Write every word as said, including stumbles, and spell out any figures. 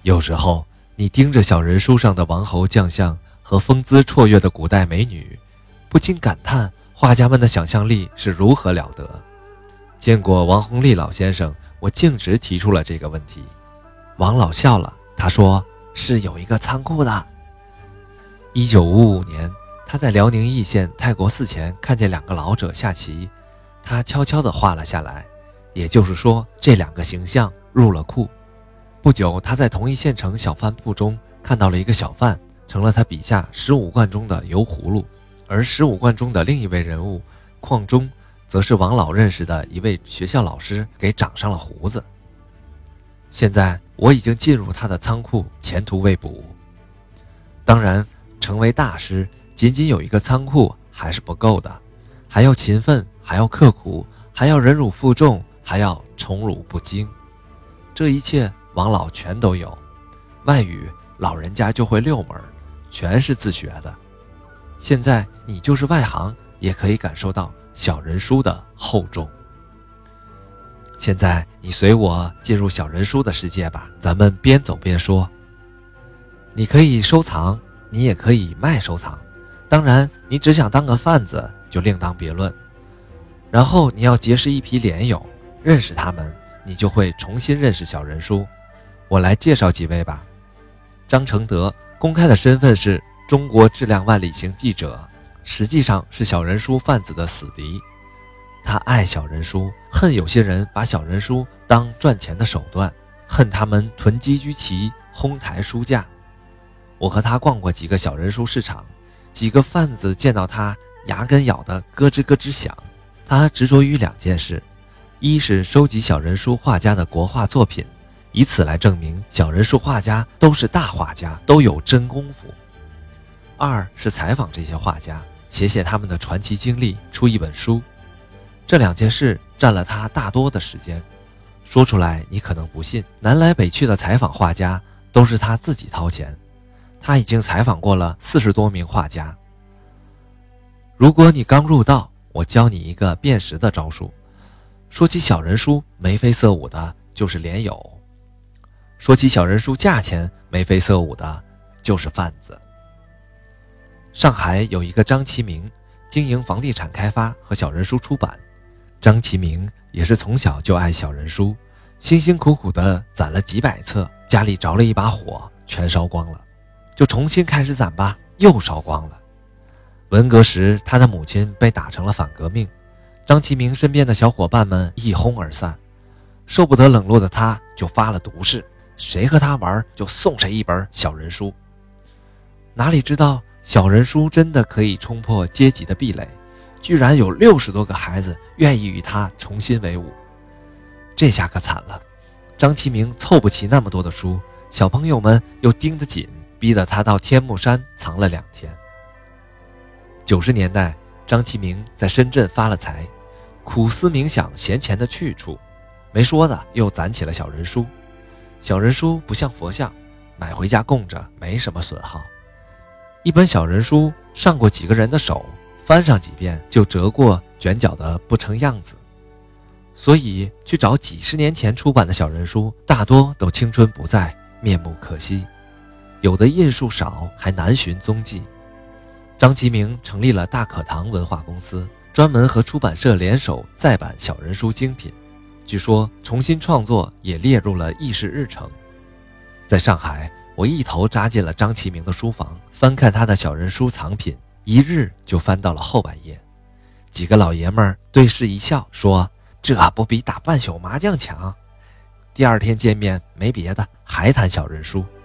有时候你盯着小人书上的王侯将相和风姿绰约的古代美女，不禁感叹画家们的想象力是如何了得。见过王洪立老先生，我径直提出了这个问题。王老笑了，他说是有一个仓库的。一九五五年，他在辽宁义县泰国寺前看见两个老者下棋，他悄悄地画了下来，也就是说这两个形象入了库。不久，他在同一县城小贩铺中看到了一个小贩，成了他笔下十五贯中的油葫芦，而十五贯中的另一位人物邝中，则是王老认识的一位学校老师给长上了胡子。现在我已经进入他的仓库，前途未卜。当然，成为大师仅仅有一个仓库还是不够的，还要勤奋，还要刻苦，还要忍辱负重，还要宠辱不惊。这一切王老全都有。外语老人家就会六门，全是自学的。现在你就是外行，也可以感受到小人书的厚重。现在你随我进入小人书的世界吧，咱们边走边说。你可以收藏，你也可以卖收藏，当然你只想当个贩子就另当别论。然后你要结识一批连友，认识他们，你就会重新认识小人书。我来介绍几位吧。张承德公开的身份是中国质量万里行记者，实际上是小人书贩子的死敌。他爱小人书，恨有些人把小人书当赚钱的手段，恨他们囤积居奇，哄抬书价。我和他逛过几个小人书市场，几个贩子见到他牙根咬得咯吱咯吱响。他执着于两件事，一是收集小人书画家的国画作品，以此来证明小人书画家都是大画家，都有真功夫；二是采访这些画家，写写他们的传奇经历，出一本书。这两件事占了他大多的时间，说出来你可能不信，南来北去的采访画家都是他自己掏钱。他已经采访过了四十多名画家。如果你刚入道，我教你一个辨识的招数。说起小人书，眉飞色舞的就是连友；说起小人书价钱，眉飞色舞的就是贩子。上海有一个张其明，经营房地产开发和小人书出版。张其明也是从小就爱小人书，辛辛苦苦地攒了几百册，家里着了一把火，全烧光了，就重新开始攒吧，又烧光了。文革时，他的母亲被打成了反革命，张其明身边的小伙伴们一哄而散，受不得冷落的他就发了毒誓，谁和他玩就送谁一本小人书。哪里知道小人书真的可以冲破阶级的壁垒，居然有六十多个孩子愿意与他重新为伍。这下可惨了，张其明凑不齐那么多的书，小朋友们又盯得紧，逼得他到天目山藏了两天。九十年代，张其明在深圳发了财，苦思冥想闲钱的去处，没说的又攒起了小人书。小人书不像佛像，买回家供着没什么损耗。一本小人书上过几个人的手，翻上几遍就折过卷角的不成样子。所以去找几十年前出版的小人书，大多都青春不在，面目可惜，有的印数少，还难寻踪迹。张其明成立了大可堂文化公司，专门和出版社联手再版小人书精品，据说重新创作也列入了议事日程。在上海，我一头扎进了张其明的书房，翻看他的小人书藏品，一日就翻到了后半夜。几个老爷们儿对视一笑，说这不比打半宿麻将强。第二天见面没别的，还谈小人书。